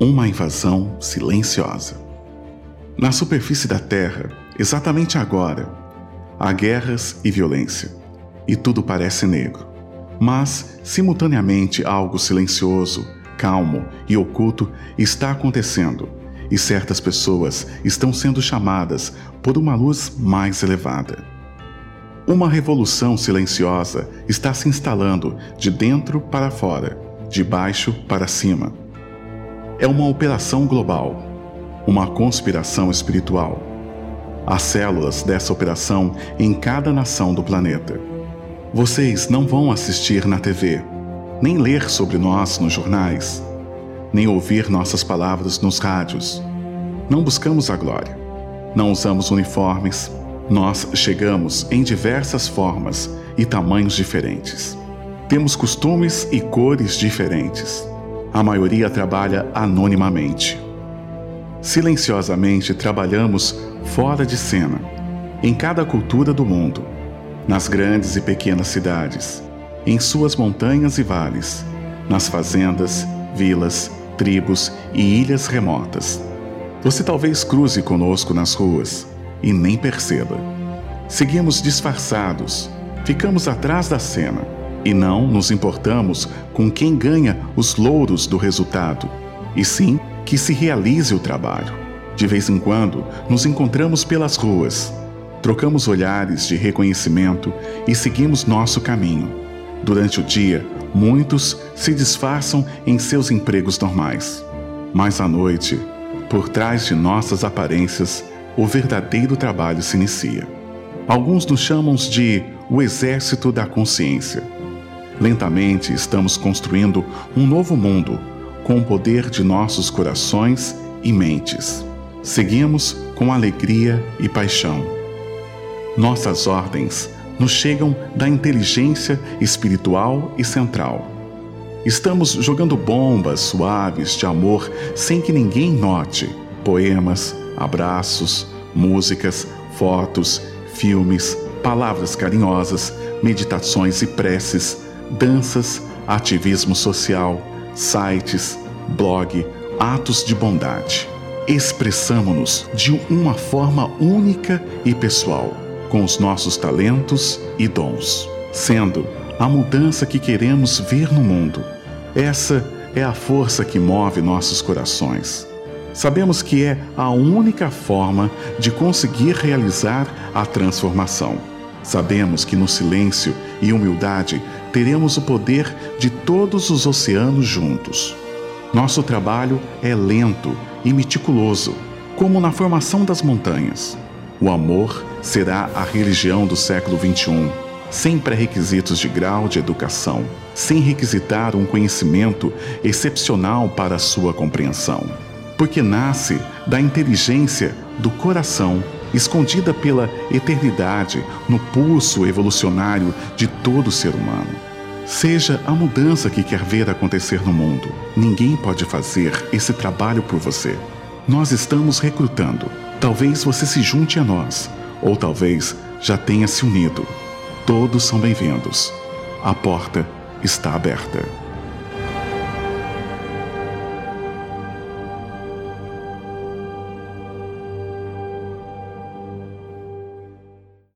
Uma invasão silenciosa. Na superfície da Terra, exatamente agora, há guerras e violência, e tudo parece negro. Mas, simultaneamente, algo silencioso, calmo e oculto está acontecendo, e certas pessoas estão sendo chamadas por uma luz mais elevada. Uma revolução silenciosa está se instalando de dentro para fora, de baixo para cima. É uma operação global, uma conspiração espiritual. Há células dessa operação em cada nação do planeta. Vocês não vão assistir na TV, nem ler sobre nós nos jornais, nem ouvir nossas palavras nos rádios. Não buscamos a glória. Não usamos uniformes. Nós chegamos em diversas formas e tamanhos diferentes. Temos costumes e cores diferentes. A maioria trabalha anonimamente. Silenciosamente trabalhamos fora de cena, em cada cultura do mundo, nas grandes e pequenas cidades, em suas montanhas e vales, nas fazendas, vilas, tribos e ilhas remotas. Você talvez cruze conosco nas ruas e nem perceba. Seguimos disfarçados, ficamos atrás da cena e não nos importamos com quem ganha os louros do resultado, e sim que se realize o trabalho. De vez em quando, nos encontramos pelas ruas, trocamos olhares de reconhecimento e seguimos nosso caminho. Durante o dia, muitos se disfarçam em seus empregos normais. Mas à noite, por trás de nossas aparências, o verdadeiro trabalho se inicia. Alguns nos chamam de o exército da consciência. Lentamente estamos construindo um novo mundo com o poder de nossos corações e mentes. Seguimos com alegria e paixão. Nossas ordens nos chegam da inteligência espiritual e central. Estamos jogando bombas suaves de amor sem que ninguém note. Poemas, abraços, músicas, fotos, filmes, palavras carinhosas, meditações e preces, danças, ativismo social, sites, blog, atos de bondade. Expressamo-nos de uma forma única e pessoal, com os nossos talentos e dons, sendo a mudança que queremos ver no mundo. Essa é a força que move nossos corações. Sabemos que é a única forma de conseguir realizar a transformação. Sabemos que no silêncio e humildade teremos o poder de todos os oceanos juntos. Nosso trabalho é lento e meticuloso, como na formação das montanhas. O amor será a religião do século XXI, sem pré-requisitos de grau de educação, sem requisitar um conhecimento excepcional para sua compreensão, porque nasce da inteligência do coração, escondida pela eternidade no pulso evolucionário de todo ser humano. Seja a mudança que quer ver acontecer no mundo. Ninguém pode fazer esse trabalho por você. Nós estamos recrutando. Talvez você se junte a nós, ou talvez já tenha se unido. Todos são bem-vindos. A porta está aberta.